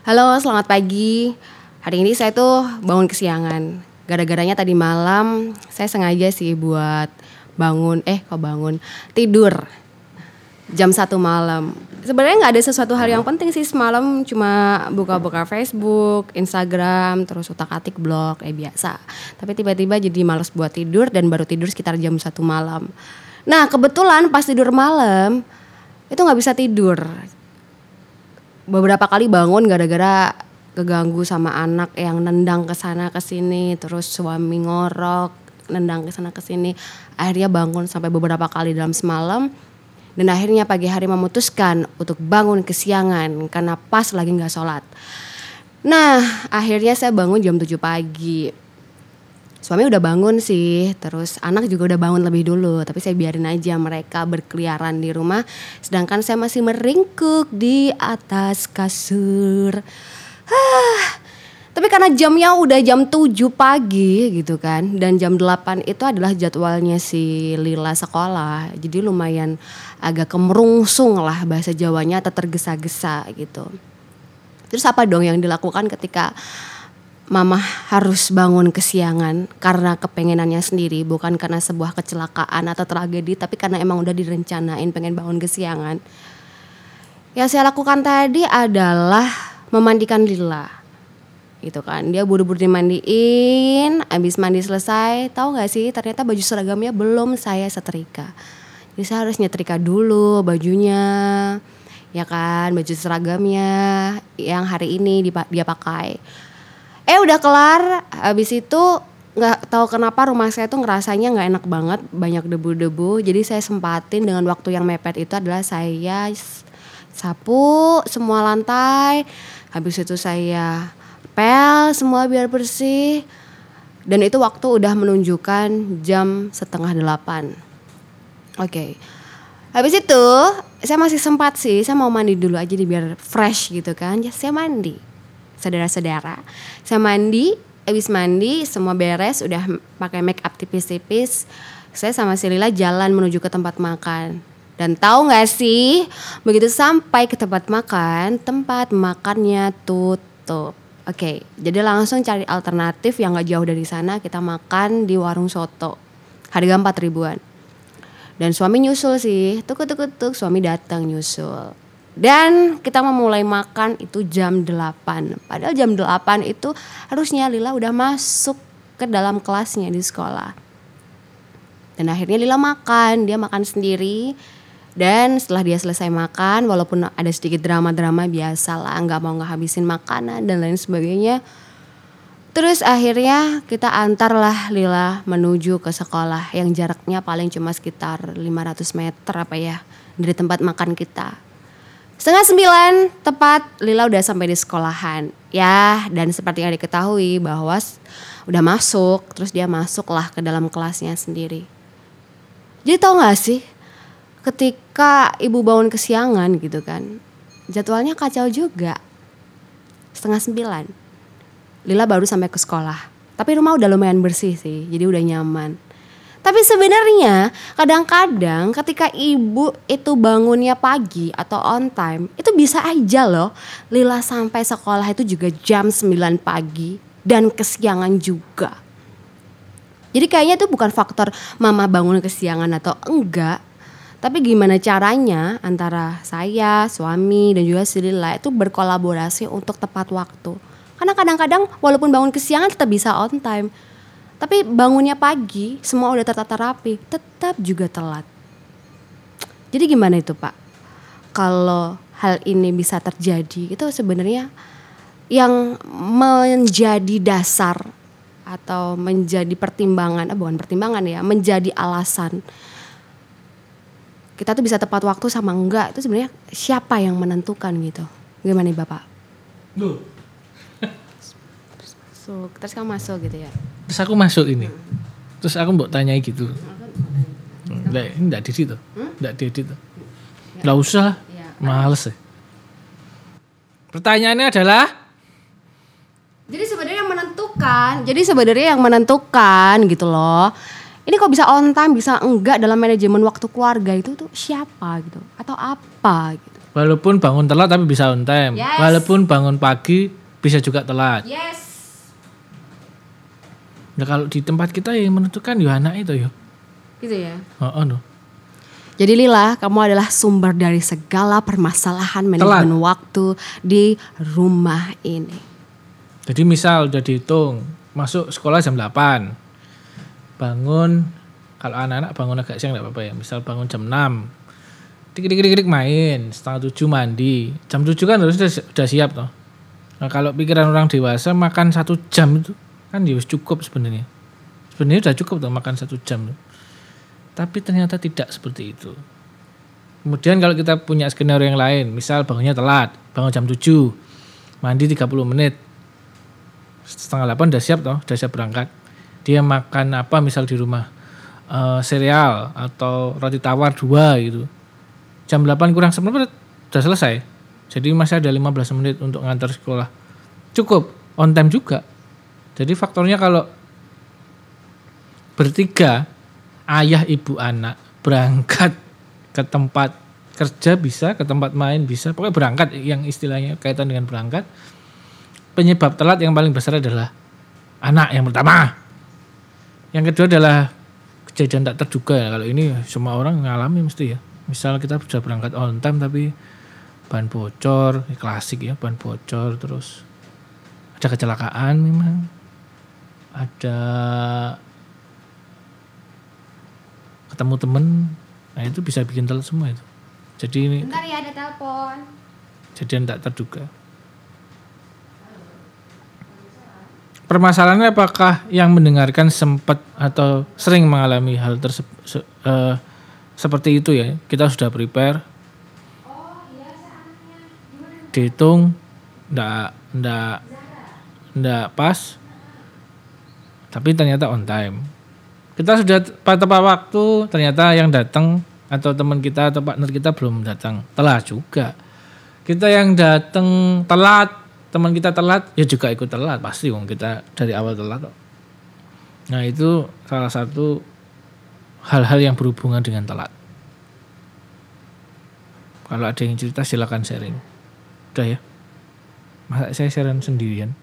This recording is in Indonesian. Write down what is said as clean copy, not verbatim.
Halo, selamat pagi. Hari ini saya tuh bangun kesiangan. Gara-garanya tadi malam saya sengaja sih buat tidur jam 1 malam. Sebenarnya nggak ada sesuatu hal yang penting sih semalam, cuma buka-buka Facebook, Instagram, terus utak-atik blog biasa. Tapi tiba-tiba jadi malas buat tidur dan baru tidur sekitar jam 1 malam. Nah kebetulan pas tidur malam itu nggak bisa tidur. Beberapa kali bangun gara-gara keganggu sama anak yang nendang ke sana ke sini, terus suami ngorok, nendang ke sana ke sini. Akhirnya bangun sampai beberapa kali dalam semalam dan akhirnya pagi hari memutuskan untuk bangun kesiangan karena pas lagi enggak sholat. Nah, akhirnya saya bangun jam 7 pagi. Suami udah bangun sih, terus anak juga udah bangun lebih dulu, tapi saya biarin aja mereka berkeliaran di rumah, sedangkan saya masih meringkuk di atas kasur. Tapi karena jamnya udah jam 7 pagi gitu kan, dan jam 8 itu adalah jadwalnya si Lila sekolah, jadi lumayan agak kemerungsung lah bahasa Jawanya atau tergesa-gesa gitu. Terus apa dong yang dilakukan ketika Mama harus bangun kesiangan karena kepengenannya sendiri, bukan karena sebuah kecelakaan atau tragedi, tapi karena emang udah direncanain pengen bangun kesiangan. Yang saya lakukan tadi adalah memandikan Lila, gitu kan. Dia buru-buru dimandiin, abis mandi selesai, tahu nggak sih ternyata baju seragamnya belum saya setrika. Jadi saya harus nyetrika dulu bajunya, ya kan, baju seragamnya yang hari ini dia pakai. Udah kelar, habis itu nggak tahu kenapa rumah saya tuh ngerasanya nggak enak banget, banyak debu-debu. Jadi saya sempatin dengan waktu yang mepet itu adalah saya sapu semua lantai, habis itu saya pel semua biar bersih. Dan itu waktu udah menunjukkan jam 7:30. Oke. Habis itu saya masih sempat sih, saya mau mandi dulu aja biar fresh gitu kan. Saya mandi. Saudara-saudara, saya mandi, habis mandi semua beres, udah pakai make up tipis-tipis. Saya sama si Lila jalan menuju ke tempat makan. Dan tahu nggak sih, begitu sampai ke tempat makannya tutup. Oke, jadi langsung cari alternatif yang nggak jauh dari sana. Kita makan di warung soto, harga 4 ribuan. Dan suami nyusul sih, tuk suami datang nyusul. Dan kita memulai makan itu jam 8. Padahal jam 8 itu harusnya Lila udah masuk ke dalam kelasnya di sekolah. Dan akhirnya Lila makan, dia makan sendiri. Dan setelah dia selesai makan, walaupun ada sedikit drama-drama biasa lah, gak mau ngehabisin makanan dan lain sebagainya. Terus akhirnya kita antarlah Lila menuju ke sekolah yang jaraknya paling cuma sekitar 500 meter dari tempat makan kita. 8:30 tepat Lila udah sampai di sekolahan ya, dan seperti yang diketahui bahwa udah masuk, terus dia masuklah ke dalam kelasnya sendiri. Jadi tahu nggak sih, ketika ibu bangun kesiangan gitu kan, jadwalnya kacau juga. 8:30 Lila baru sampai ke sekolah, tapi rumah udah lumayan bersih sih, jadi udah nyaman. Tapi sebenarnya kadang-kadang ketika ibu itu bangunnya pagi atau on time, itu bisa aja loh Lila sampai sekolah itu juga jam 9 pagi dan kesiangan juga. Jadi kayaknya itu bukan faktor mama bangun kesiangan atau enggak, tapi gimana caranya antara saya, suami dan juga si Lila itu berkolaborasi untuk tepat waktu. Karena kadang-kadang walaupun bangun kesiangan tetap bisa on time. Tapi bangunnya pagi, semua udah tertata rapi, tetap juga telat. Jadi gimana itu Pak? Kalau hal ini bisa terjadi, itu sebenarnya yang menjadi dasar atau menjadi menjadi alasan kita tuh bisa tepat waktu sama enggak, itu sebenarnya siapa yang menentukan gitu? Gimana nih Bapak? Terus kamu masuk gitu ya? Terus aku masuk ini. Terus aku mau tanyai gitu. Enggak diedit tuh. Enggak diedit tuh. Enggak usah. Males ya. Pertanyaannya adalah, Jadi sebenarnya yang menentukan gitu loh. Ini kok bisa on time, bisa enggak dalam manajemen waktu keluarga itu tuh siapa gitu? Atau apa gitu? Walaupun bangun telat tapi bisa on time. Yes. Walaupun bangun pagi bisa juga telat. Yes. Nah kalau di tempat kita yang menentukan ya anak itu ya. Gitu ya. No. Jadi Lila, kamu adalah sumber dari segala permasalahan manajemen waktu di rumah ini. Jadi misal udah dihitung, masuk sekolah jam 8. Bangun, kalau anak-anak bangun agak siang enggak apa-apa ya. Misal bangun jam 6. Dik main, setengah 7 mandi. Jam 7 kan harus udah siap toh. Nah kalau pikiran orang dewasa makan 1 jam itu kan ya cukup sebenarnya. Sebenarnya udah cukup tuh makan 1 jam. Tapi ternyata tidak seperti itu. Kemudian kalau kita punya skenario yang lain, misal bangunnya telat, bangun jam 7, mandi 30 menit. Setengah 8 udah siap toh, udah siap berangkat. Dia makan apa misal di rumah? Sereal atau roti tawar 2 gitu. Jam 8 kurang 10 menit udah selesai. Jadi masih ada 15 menit untuk ngantar sekolah. Cukup, on time juga. Jadi faktornya kalau bertiga, ayah, ibu, anak berangkat ke tempat kerja bisa, ke tempat main bisa. Pokoknya berangkat yang istilahnya kaitan dengan berangkat. Penyebab telat yang paling besar adalah anak yang pertama. Yang kedua adalah kejadian tak terduga ya. Kalau ini semua orang ngalami mesti ya. Misal kita sudah berangkat on time tapi ban bocor, klasik ya, ban bocor, terus ada kecelakaan memang, ada ketemu temen, nah itu bisa bikin telat semua itu. Jadi ini bentar ya, ada telepon. Kejadian tak terduga. Permasalahannya apakah yang mendengarkan sempat atau sering mengalami hal seperti itu ya. Kita sudah prepare, dihitung ndak pas, tapi ternyata on time. Kita sudah tepat waktu, ternyata yang datang atau teman kita atau partner kita belum datang, telat juga. Kita yang datang telat, teman kita telat, ya juga ikut telat pasti wong kita dari awal telat. Nah itu salah satu hal-hal yang berhubungan dengan telat. Kalau ada yang cerita silakan sharing. Udah ya, masa saya sharing sendirian.